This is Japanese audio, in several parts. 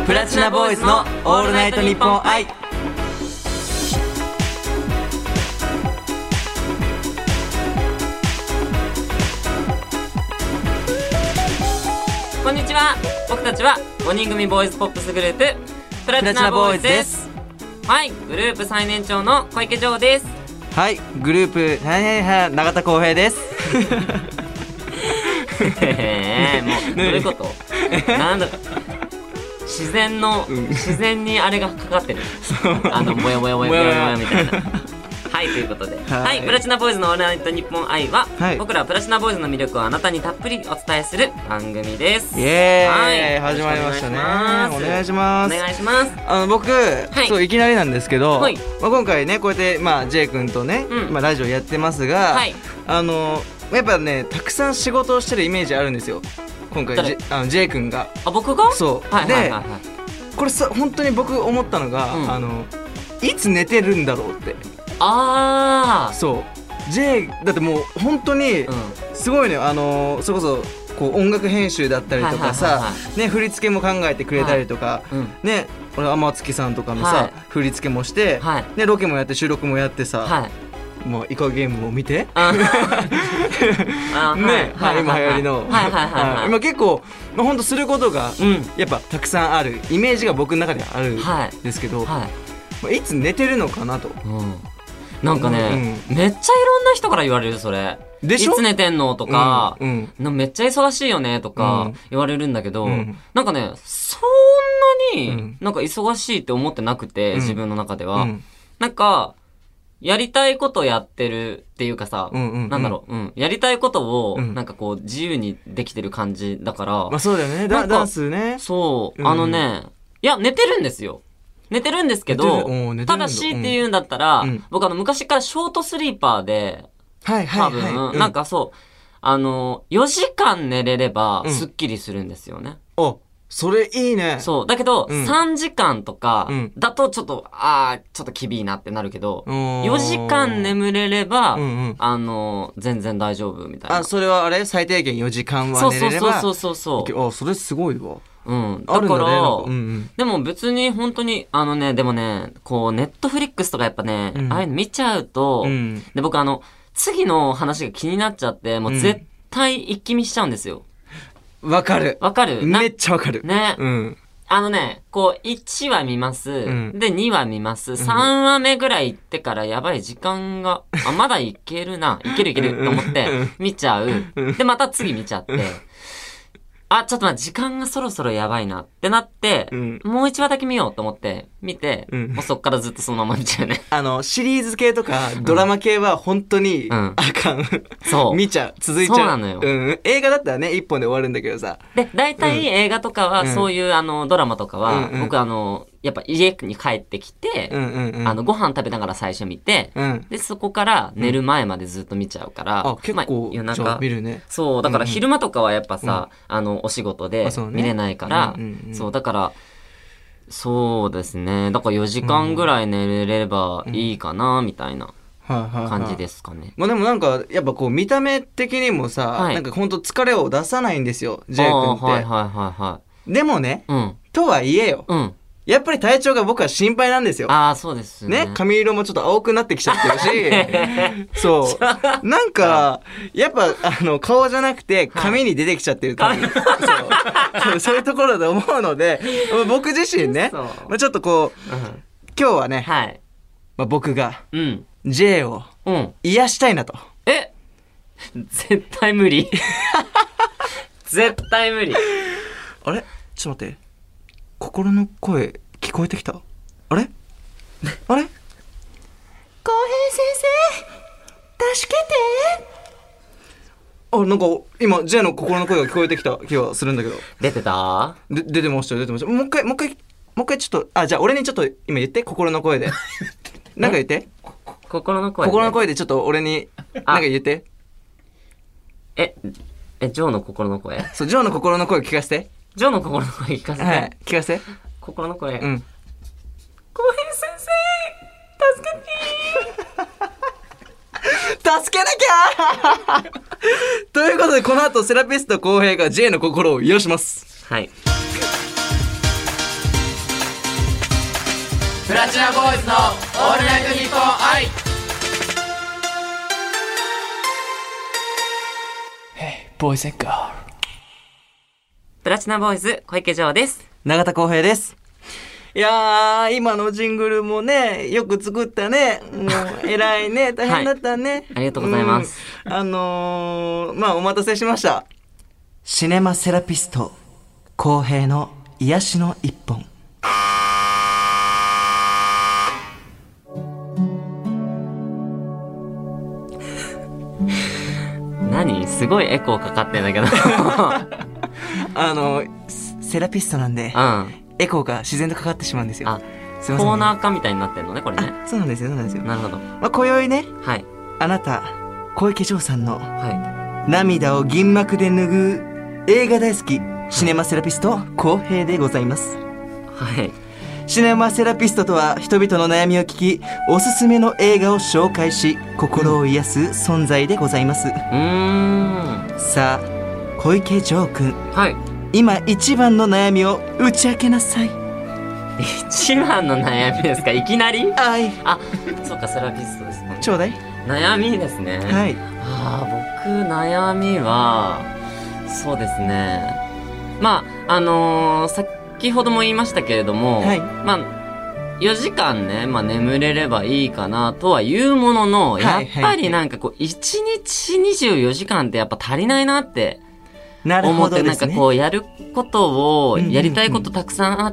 プラチナボーイズのオールナイトニッポン愛。 こんにちは。僕たちは5人組ボーイズポップスグループプラチナボーイズです。はい、グループ最年長の小池城です。 はい、グループ永田浩平です。 もうどういうことなんだ自然にあれがかかってる。もやもやもやもやもやみたいな。はい、ということで、はい、プラチナボーイズのオールナイトニッポン愛は、はい、僕らプラチナボーイズの魅力をあなたにたっぷりお伝えする番組です。 イエーイ、はい、始まりましたね。お願いします。 お願いします。 僕、はい、そういきなりなんですけど、はい、今回ねこうやってJ 君とね、ラジオやってますが、はい、やっぱねたくさん仕事をしてるイメージあるんですよ。今回J 君が。 僕が？ そう。はいはいはいはい、でこれ本当に僕思ったのが、いつ寝てるんだろうって。そう J だってもう本当にすごいね、それこそこう音楽編集だったりとかさ、ね、振り付けも考えてくれたりとか、ね、俺天月さんとかのさ、振り付けもして、ね、ロケもやって収録もやってさ、もうイカゲームを見てね、今流行りの今結構本当することがやっぱたくさんあるイメージが僕の中であるんですけど、いつ寝てるのかなと。 なんかね、めっちゃいろんな人から言われる。それでしょ、いつ寝てんのとか、めっちゃ忙しいよねとか言われるんだけど、なんかねそんなになんか忙しいって思ってなくて、自分の中では、なんかやりたいことやってるっていうかさ、なんだろう、やりたいことをなんかこう自由にできてる感じだから。 まあそうだよね、ダンスね。 そう、いや寝てるんですよ。寝てるんですけど、ただしって言うんだったら、僕昔からショートスリーパーで、多分、なんかそう、4時間寝れれば、スッキリするんですよね。 それいいね。 そう。だけど、3時間とか、だとちょっと、ちょっと厳いなってなるけど、4時間眠れれば、全然大丈夫みたいな。 それはあれ最低限4時間は寝れれば。 そう。 それすごいわ。 だから、でも別に本当に、でもね、こう、ネットフリックスとかやっぱね、ああいうの見ちゃうと、で、僕次の話が気になっちゃって、もう絶対一気見しちゃうんですよ。 わかるめっちゃわかる。 ね。こう、1話見ます。で、2話見ます。3話目ぐらい行ってからやばい時間が、まだいけるな。いけると思って、見ちゃう。で、また次見ちゃって。ちょっと待って、時間がそろそろやばいなってなって、もう1話だけ見ようと思って、見て、もうそっからずっとそのまま見ちゃうね。 シリーズ系とか、ドラマ系は本当に、あかん。そう。見ちゃう。続いちゃう。 そうなのよ。 映画だったらね、1本で終わるんだけどさ。 で、大体映画とかは、そういうドラマとかは、僕やっぱ家に帰ってきて、ご飯食べながら最初見て、で、そこから寝る前までずっと見ちゃうから、 結構、夜中見るね。 そう、だから昼間とかはやっぱさ、お仕事で見れないから、そう、だから、そうですね。だから4時間ぐらい寝れればいいかな、みたいな感じですかね。 でもなんか、やっぱこう、見た目的にもさ、なんかほんと疲れを出さないんですよ、J 君って。でもね、とはいえよ。やっぱり体調が僕は心配なんですよ。 そうですね。 ね、髪色もちょっと青くなってきちゃってるし、そう。なんか、やっぱ、顔じゃなくて、髪に出てきちゃってるから、そういうところで思うので、僕自身ね、ちょっとこう、今日はね、僕が、J を癒したいなと。 絶対無理。絶対無理。 あれ？ちょっと待って。心の声聞こえてきた。あれ浩平先生助けて。なんか今 J の心の声が聞こえてきた気がするんだけど。 出てた？ 出てました。もう一回ちょっと、じゃあ俺にちょっと今言って、心の声で。なんか言って。 心の声でちょっと俺になんか言って。 ジョーの心の声？ そう、ジョーの心の声聞かせて。 ジョーの心の声聞かせて。 はい、聞かせて。 心の声。浩平先生、助けて助けなきゃということで、この後セラピスト浩平が J の心を癒します。 はい。 プラチナボーイズのオールナイトニッポン愛。 ボーイズガール。 プラチナボーイズ小池城です。 永田浩平です。いやー、今のジングルもね、よく作ったね。もう偉いね、大変だったね、はい、 ありがとうございます。 まあお待たせしました。シネマセラピスト浩平の癒しの一本。 何すごいエコーかかってんだけどセラピストなんで、エコーが自然とかかってしまうんですよ。 すいません、コーナー化みたいになってんのねこれね。 そうなんですよ、そうなんですよ。 なるほど。 今宵ね、 はい、 あなた小池城さんの、涙を銀幕で拭う映画大好きシネマセラピスト浩平でございます。 はい。 シネマセラピストとは人々の悩みを聞き、おすすめの映画を紹介し、心を癒す存在でございます。さあ小池城くん、 はい、 今一番の悩みを打ち明けなさい。 一番の悩みですか、いきなり。そうか、セラピストですもんね。 ちょうだい。 悩みですね。 はい。 僕悩みはそうですね、先ほども言いましたけれども、4時間ね、眠れればいいかなとは言うものの、やっぱりなんかこう、1日24時間ってやっぱ足りないなって思って、なんかこう、やることを、やりたいことたくさんあって、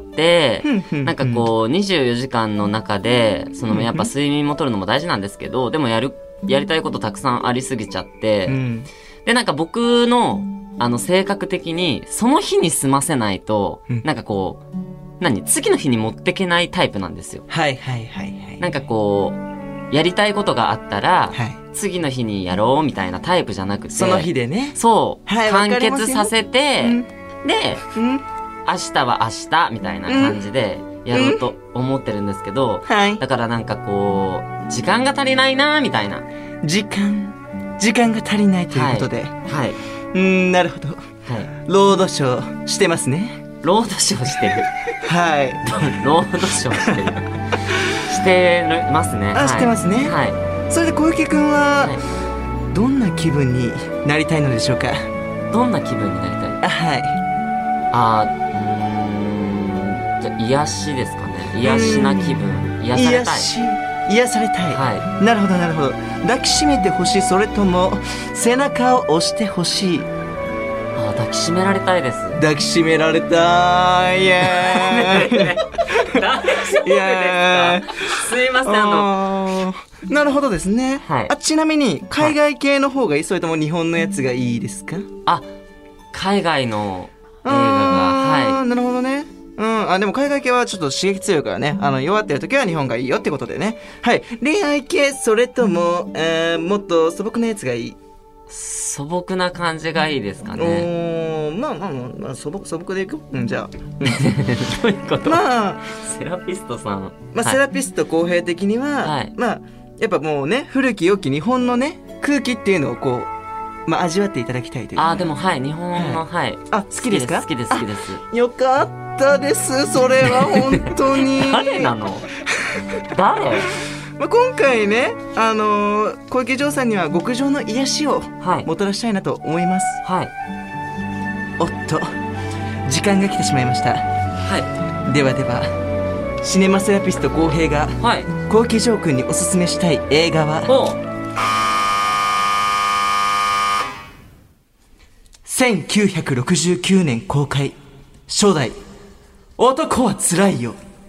なんかこう、24時間の中で、やっぱ睡眠も取るのも大事なんですけど、でもやりたいことたくさんありすぎちゃって、で、なんか僕の、性格的に、その日に済ませないと、なんかこう、次の日に持ってけないタイプなんですよ。なんかこう、やりたいことがあったら、次の日にやろうみたいなタイプじゃなくて、 その日でね。 そう。完結させて、で、明日は明日みたいな感じでやろうと思ってるんですけど、だからなんかこう、時間が足りないなみたいな。 時間が足りないということで。なるほど。ロードショーしてますね。 ロードショーしてる。ロードショーしてる。してますね。 してますね。それで小池くんは、どんな気分になりたいのでしょうか。 どんな気分になりたい？じゃあ癒しですかね。癒しな気分。癒されたい。 癒されたい。なるほどなるほど。抱きしめてほしい、それとも背中を押してほしい。 抱きしめられたいです。 抱きしめられたい。イエーイ。 大丈夫ですか？すいません。 なるほどですね。ちなみに海外系の方がいい、それとも日本のやつがいいですか？ 海外の映画が。 なるほどね。でも海外系はちょっと刺激強いからね。弱ってる時は日本がいいよってことでね。恋愛系、それとも、もっと素朴なやつがいい？ 素朴な感じがいいですかね。 素朴でいく？じゃあ。 どういうこと？セラピストさん。 セラピスト浩平的には、やっぱもうね、古き良き日本のね、空気っていうのをこう、味わっていただきたいという。 でも日本の、 好きですか？ 好きです。 よかったです、それは本当に。 誰なの？誰？ 今回ね、小池城さんには極上の癒しをもたらしたいなと思います。おっと、時間が来てしまいました。ではシネマセラピスト浩平が、小池城君におすすめしたい映画は、1969年公開、初代男はつらいよ。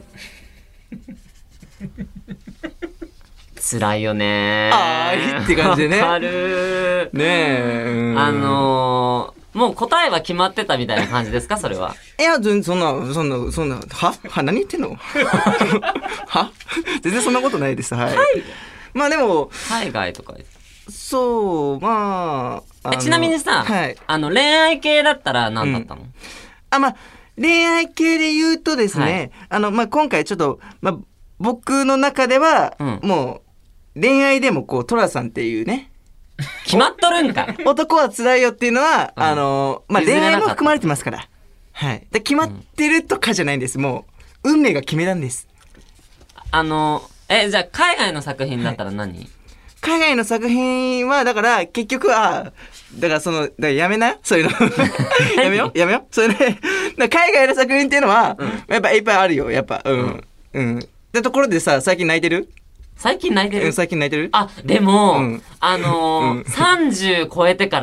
辛いよねー。って感じでね。 わかるねえ。 もう答えは決まってたみたいな感じですか、それは。 いや、そんな、何言ってんの？全然そんなことないです。でも、 海外とか。 そう、 ちなみにさ、恋愛系だったら何だったの？ 恋愛系で言うとですね、今回ちょっと、僕の中では、もう、恋愛でもこう、トラさんっていうね、 決まっとるんか男は辛いよっていうのは、恋愛も含まれてますから。で決まってるとかじゃないんです。もう、運命が決めたんです。 じゃあ海外の作品だったら何？ 海外の作品はだから結局はだからやめなそういうのやめよそれで海外の作品っていうのは、やっぱいっぱいあるよやっぱってところでさ、最近泣いてる？ 最近泣いてる？ 最近泣いてる？ あ、でも、30超えてから、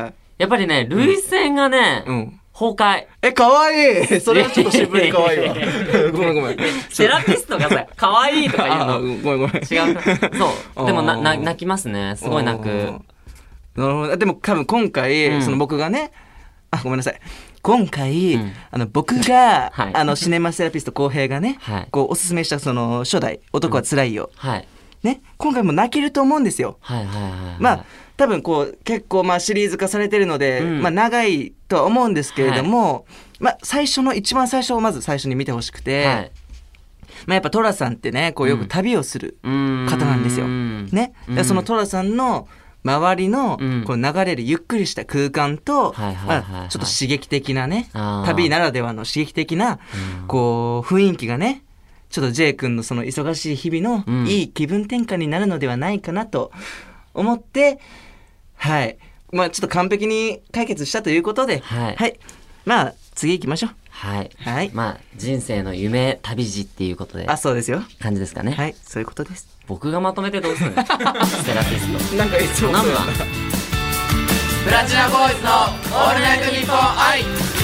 やっぱりね、涙腺がね、崩壊。 かわいい。それはちょっと渋いかわいいわ。ごめん。 セラピストがさ、かわいいとか言うの。 ごめん。 違う。そう。でも泣きますね。すごい泣く。 なるほど。でも多分今回、僕がね、ごめんなさい。今回、僕が、シネマセラピスト浩平がね、こうおすすめした初代男はつらいよ。ね、今回も泣けると思うんですよ。まあ多分こう結構シリーズ化されてるので、長いとは思うんですけれども、一番最初をまず最初に見てほしくて、やっぱ寅さんってねこうよく旅をする方なんですよ。ね、でその寅さんの周りのこう流れるゆっくりした空間と、ちょっと刺激的なね、旅ならではの刺激的なこう雰囲気がね、ちょっと J 君のその忙しい日々のいい気分転換になるのではないかなと思って、ちょっと完璧に解決したということで、次行きましょう。 人生の夢旅路っていうことで。 そうですよ。 感じですかね。 そういうことです。 僕がまとめてどうするの？セラピスト。 なんかいつも頼むわ。 プラチナボーイズのオールナイトニッポン愛。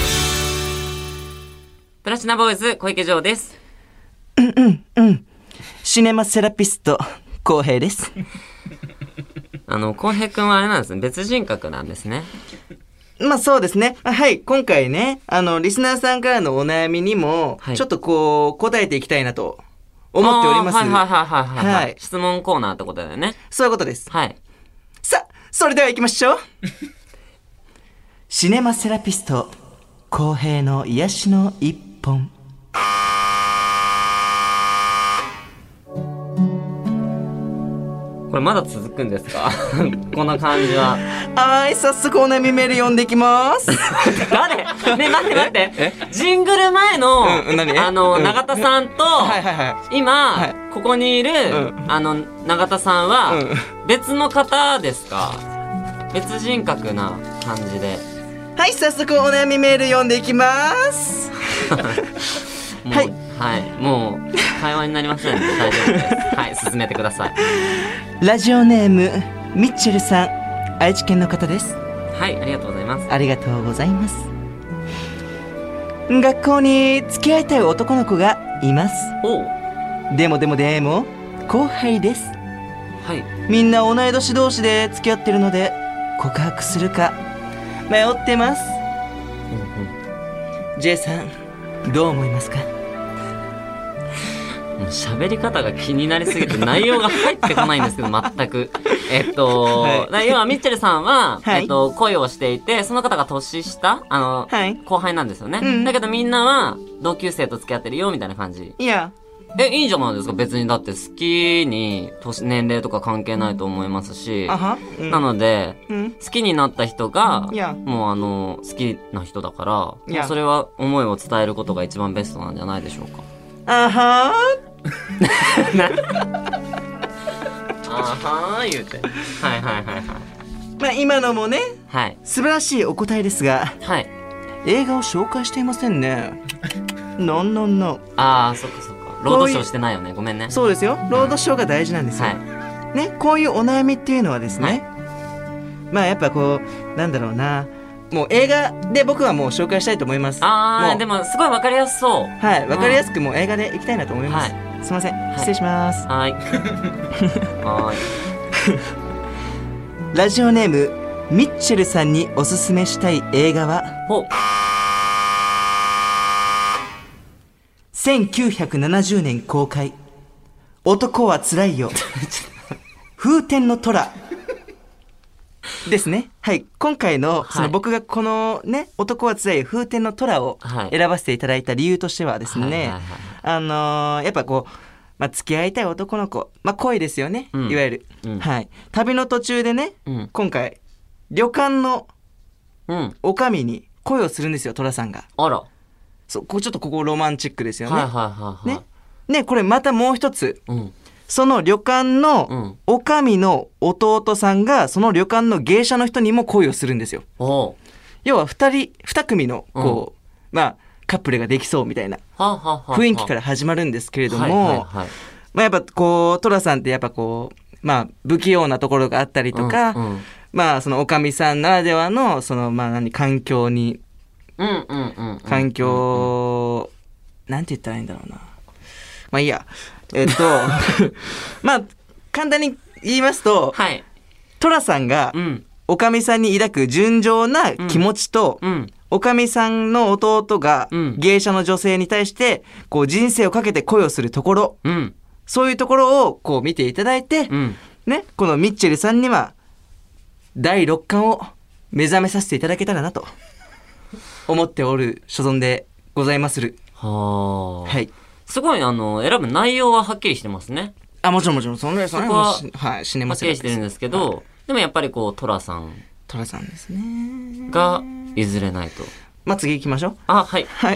プラチナボーイズ小池城です。 シネマセラピスト浩平です。 浩平くんはあれなんですね。別人格なんですね。 そうですね。今回ね、リスナーさんからのお悩みにも、ちょっとこう、答えていきたいなと思っております。 質問コーナーってことだよね。 そういうことです。さあ、それでは行きましょう。シネマセラピスト、浩平の癒しの一本。 これまだ続くんですか？この感じは。 早速お悩みメール読んでいきます。 誰？ね、待って。ジングル前の、永田さんと、今、ここにいる、永田さんは、別の方ですか？別人格な感じで。 早速お悩みメール読んでいきます。 もう会話になりません。大丈夫です。進めてください。 ラジオネームミッチェルさん、愛知県の方です。 ありがとうございます。 ありがとうございます。学校に付き合いたい男の子がいます。でも後輩です。みんな同い年同士で付き合ってるので告白するか迷ってます。J さんどう思いますか？ もう喋り方が気になりすぎて内容が入ってこないんですけど全く要はミッチェルさんは、恋をしていて、その方が年下後輩なんですよね、だけどみんなは同級生と付き合ってるよみたいな感じ。 いやいいじゃないですか。別にだって好きに年齢とか関係ないと思いますし、なので、好きになった人がもう好きな人だから、それは思いを伝えることが一番ベストなんじゃないでしょうか。言うて。 今のもね、素晴らしいお答えですが、映画を紹介していませんね。そっか。 ロードショーしてないよね。ごめんね。 そうですよ。ロードショーが大事なんですよ。ね、こういうお悩みっていうのはですね、やっぱこうなんだろうな、もう映画で僕はもう紹介したいと思います。 でもすごいわかりやすそう。 わかりやすくもう映画で行きたいなと思います。すいません、失礼します。ラジオネームミッチェルさんにおすすめしたい映画は1970年公開、男はつらいよ風天の虎ですね。今回の僕がこのね、男はつらいよ風天の虎を選ばせていただいた理由としてはですね、やっぱこう、付き合いたい男の子、恋ですよね、いわゆる、旅の途中でね、今回旅館の女将に恋をするんですよ、寅さんが。ちょっとここロマンチックですよね。 ね、これまたもう一つ、 うん、 その旅館のおかみの弟さんがその旅館の芸者の人にも恋をするんですよ。要は2組のこう、まあカップルができそうみたいな雰囲気から始まるんですけれども、まあやっぱこう寅さんってやっぱこうまあ不器用なところがあったりとか、まあそのおかみさんならではのそのまあ環境に環境なんて言ったらいいんだろうな、まあいいやまあ簡単に言いますと、寅さんがおかみさんに抱く純情な気持ちと、おかみさんの弟が芸者の女性に対してこう人生をかけて恋をするところ、そういうところをこう見ていただいて、ね、このミッチェルさんには第6巻を目覚めさせていただけたらなと思っておる所存でございまする。はい。 すごい選ぶ内容ははっきりしてますね。 もちろんそこははいシネマセラピストはっきりしてるんですけど、でもやっぱりこう寅さんですねが譲れないと。 まあ次行きましょう。 はいはい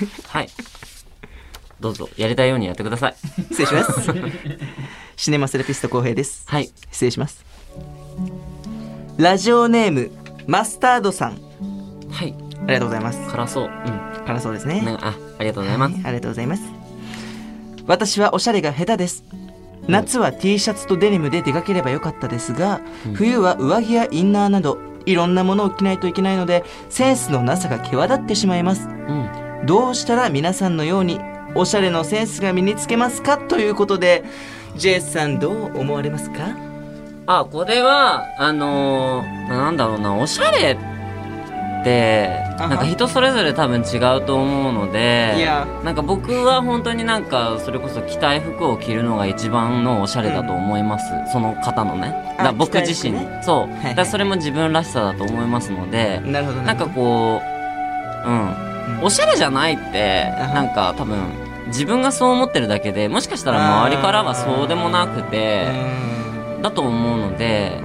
どうぞやりたいようにやってください。 失礼しますシネマセラピスト浩平です。 はい、 失礼します。ラジオネームマスタードさん。 はい、 ありがとうございます。 辛そう。 辛そうですね。 ありがとうございます。 ありがとうございます。私はおしゃれが下手です。夏は T シャツとデニムで出かければよかったですが、冬は上着やインナーなどいろんなものを着ないといけないのでセンスのなさが際立ってしまいます。どうしたら皆さんのようにおしゃれのセンスが身につけますかということで、ジェイさんどう思われますか？ これはなんだろうな、おしゃれってなんか人それぞれ多分違うと思うので、なんか僕は本当になんかそれこそ着たい服を着るのが一番のおしゃれだと思います、その方のね。だから僕自身、そうだからそれも自分らしさだと思いますので、なんかこうおしゃれじゃないってなんか多分自分がそう思ってるだけで、もしかしたら周りからはそうでもなくてだと思うので、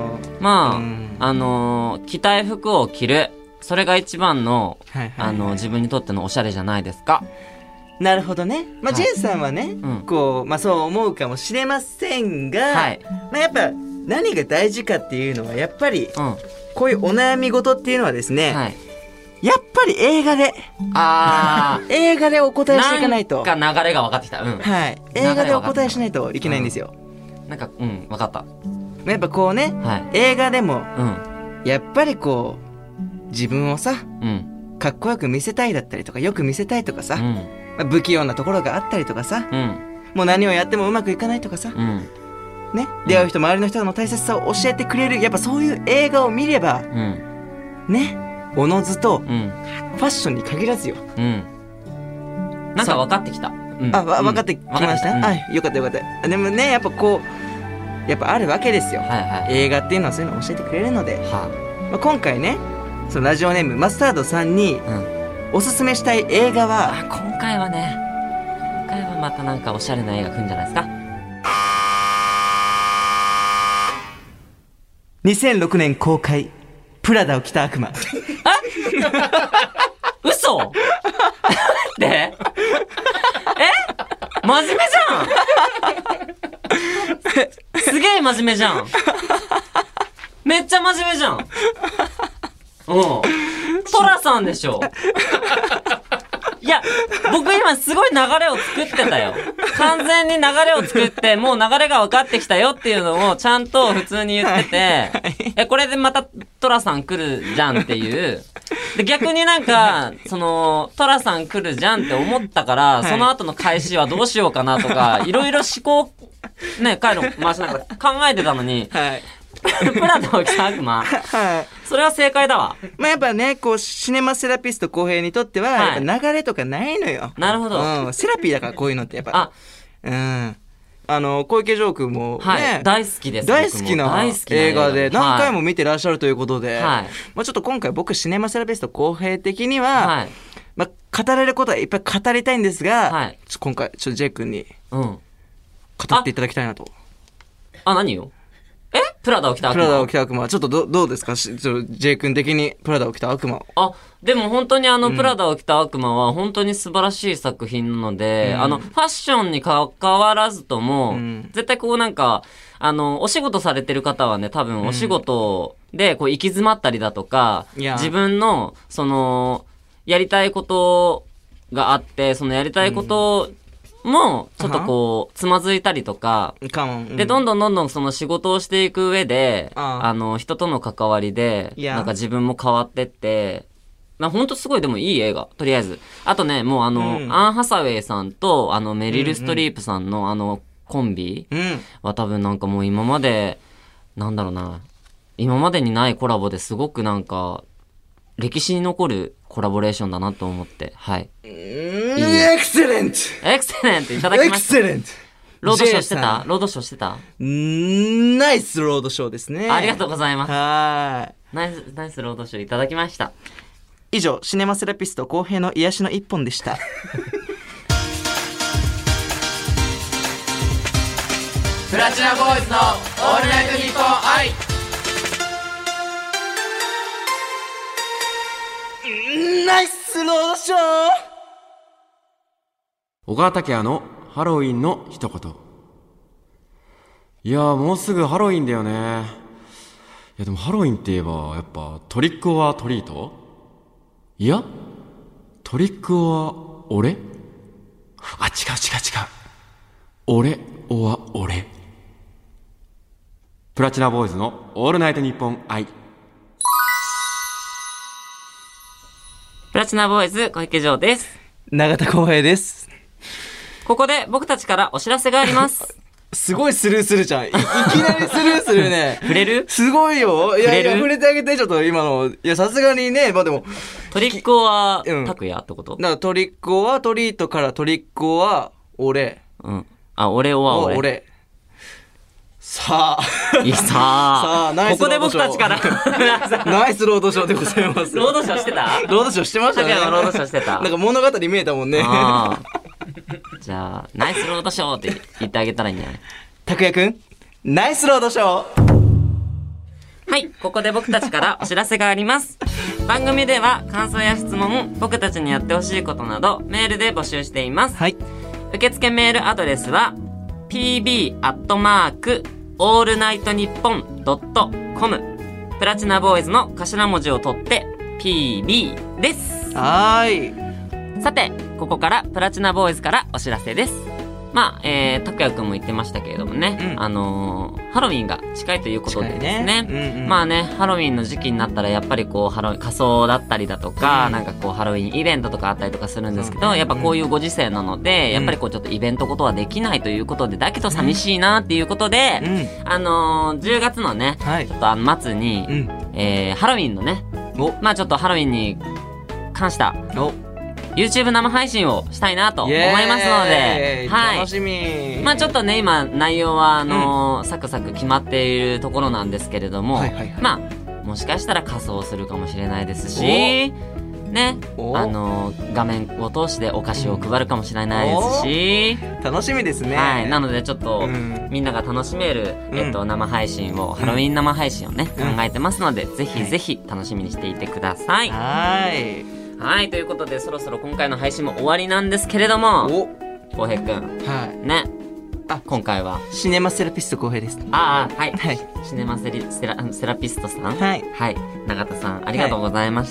着たい服を着る、それが一番の自分にとってのおしゃれじゃないですか。 なるほどね。ジェイさんはね、こうそう思うかもしれませんが、やっぱ何が大事かっていうのはやっぱり、こういうお悩み事っていうのはですね、やっぱり映画で映画でお答えしていかないと、 なんか流れが分かってきた。 映画でお答えしないといけないんですよ。 なんか分かった。 やっぱこうね、映画でも、やっぱりこう自分をさ、かっこよく見せたいだったりとかよく見せたいとかさ、不器用なところがあったりとかさ、もう何をやってもうまくいかないとかさ、ね、出会う人、周りの人の大切さを教えてくれる、やっぱそういう映画を見れば、ね、おのずと、ファッションに限らずよ、 なんか分かってきた。 分かってきました。よかったよかった。でもね、やっぱこうやっぱあるわけですよ、映画っていうのはそういうのを教えてくれるので、今回ね、そのラジオネームマスタードさんにおすすめしたい映画は、 今回はまたなんかおしゃれな映画来るんじゃないですか。 2006年公開、プラダを着た悪魔。 嘘で真面目じゃん。すげえ真面目じゃん。めっちゃ真面目じゃん。トラさんでしょ。いや、僕今すごい流れを作ってたよ。完全に流れを作って、もう流れが分かってきたよっていうのをちゃんと普通に言ってて、これでまたトラさん来るじゃんっていう。で、逆になんか、トラさん来るじゃんって思ったから、その後の開始はどうしようかなとか、いろいろ思考、ね、回路回しながら考えてたのに、プラダを着た悪魔、それは正解だわ。 やっぱね、こうシネマセラピスト浩平にとっては、やっぱ流れとかないのよ。 なるほど。 セラピーだからこういうのってやっぱ。小池城君もね、 大好きです。 大好きな映画で何回も見てらっしゃるということで、ちょっと今回僕シネマセラピスト浩平的には、語れることはいっぱい語りたいんですが、今回ちょっとジェイ君に語っていただきたいなと。 何よ。 プラダを着た悪魔。 プラダを着た悪魔。ちょっとどうですか？J 君的にプラダを着た悪魔。 でも本当にプラダを着た悪魔は本当に素晴らしい作品なので、ファッションに関わらずとも、絶対こうなんか、お仕事されてる方はね、多分お仕事でこう行き詰まったりだとか、自分の、やりたいことがあって、そのやりたいことも、ちょっとこう、つまずいたりとか、で、どんどんその仕事をしていく上で、人との関わりで、なんか自分も変わってって、ほんとすごいでもいい映画、とりあえず。あとね、もうアン・ハサウェイさんと、メリル・ストリープさんのコンビは多分なんかもう今まで、なんだろうな、今までにないコラボですごくなんか、歴史に残るコラボレーションだなと思って、はい。 エクセレントいただきました。 エクセレントロードショーしてたナイスロードショーですね。 ありがとうございます。 はい。 ナイスロードショーいただきました。 以上、シネマセラピスト公平の癒しの一本でした。 プラチナボーイズのオールナイトニッポン愛。 ナイスロードショー。 小川拓也のハロウィンの一言。いやー、もうすぐハロウィンだよね。いやでもハロウィンって言えばやっぱトリックオアトリート？いやトリックオア俺？違う。俺オア俺。プラチナボーイズのオールナイトニッポン愛。 プラチナボーイズ小池城です。 永田浩平です。 ここで僕たちからお知らせがあります。 すごいスルーするじゃん。いきなりスルーするね。 触れる？ すごいよ。いや触れてあげて、ちょっと今の。いや、さすがにね、でも。 トリックオア拓也ってこと？ だからトリックオアトリートからトリックオア俺。 俺オア俺。 さあ。 ここで僕たちから。 ナイスロードショーでございます。 ロードショーしてた？ ロードショーしてましたね。 ロードショーしてた。 なんか物語見えたもんね。 じゃあ、ナイスロードショーって言ってあげたらいいんじゃない？ 拓也くん、ナイスロードショー。 はい、ここで僕たちからお知らせがあります。番組では感想や質問、僕たちにやってほしいことなどメールで募集しています。 はい。 受付メールアドレスは pb@allnightnippon.com プラチナボーイズの頭文字を取って PB です。 はーい。 さて、ここからプラチナボーイズからお知らせです。拓也くんも言ってましたけれどもね、ハロウィンが近いということでですね、ハロウィンの時期になったらやっぱりこう仮装だったりだとか、なんかこうハロウィンイベントとかあったりとかするんですけど、やっぱこういうご時世なので、やっぱりこうちょっとイベントことはできないということで、だけど寂しいなっていうことで、10月のね、ちょっと末に、ハロウィンのね、ちょっとハロウィンに関したYouTube 生配信をしたいなと思いますので、 はい。楽しみ。 ちょっとね、今、内容は、サクサク決まっているところなんですけれども、もしかしたら仮装するかもしれないですし、ね、画面を通してお菓子を配るかもしれないですし、 楽しみですね。 はい。なので、ちょっと、みんなが楽しめる、生配信を、ハロウィン生配信をね、考えてますので、ぜひぜひ楽しみにしていてください。 はい。 はい、ということでそろそろ今回の配信も終わりなんですけれども、浩平くん、ね、今回はシネマセラピスト浩平です。 はい、シネマセラピストさん、はい、永田さんありがとうございました。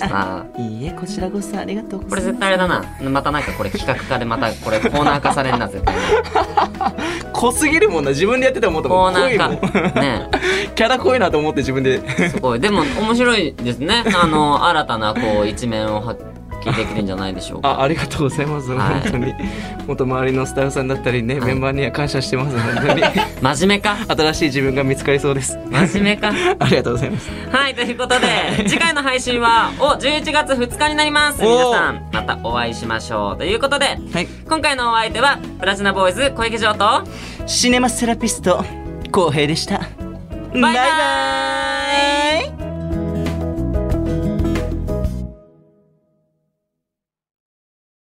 いいえ、こちらこそありがとうございます。 これ絶対あれだな、またなんかこれ企画化でまたこれコーナー化されんな絶対。 濃すぎるもんな、自分でやってたもん。 コーナー化ね、 キャラ濃いなと思って自分で。 すごい、でも面白いですね。新たなこう一面を発揮できるんじゃないでしょうか。 ありがとうございます。本当に元周りのスタッフさんだったりね、メンバーには感謝してます。本当に真面目か。 新しい自分が見つかりそうです。 真面目か。 ありがとうございます。 はい、ということで次回の配信は11月2日になります。皆さんまたお会いしましょうということで、今回のお相手はプラチナボーイズ小池城とシネマセラピスト浩平でした。 バイバーイ。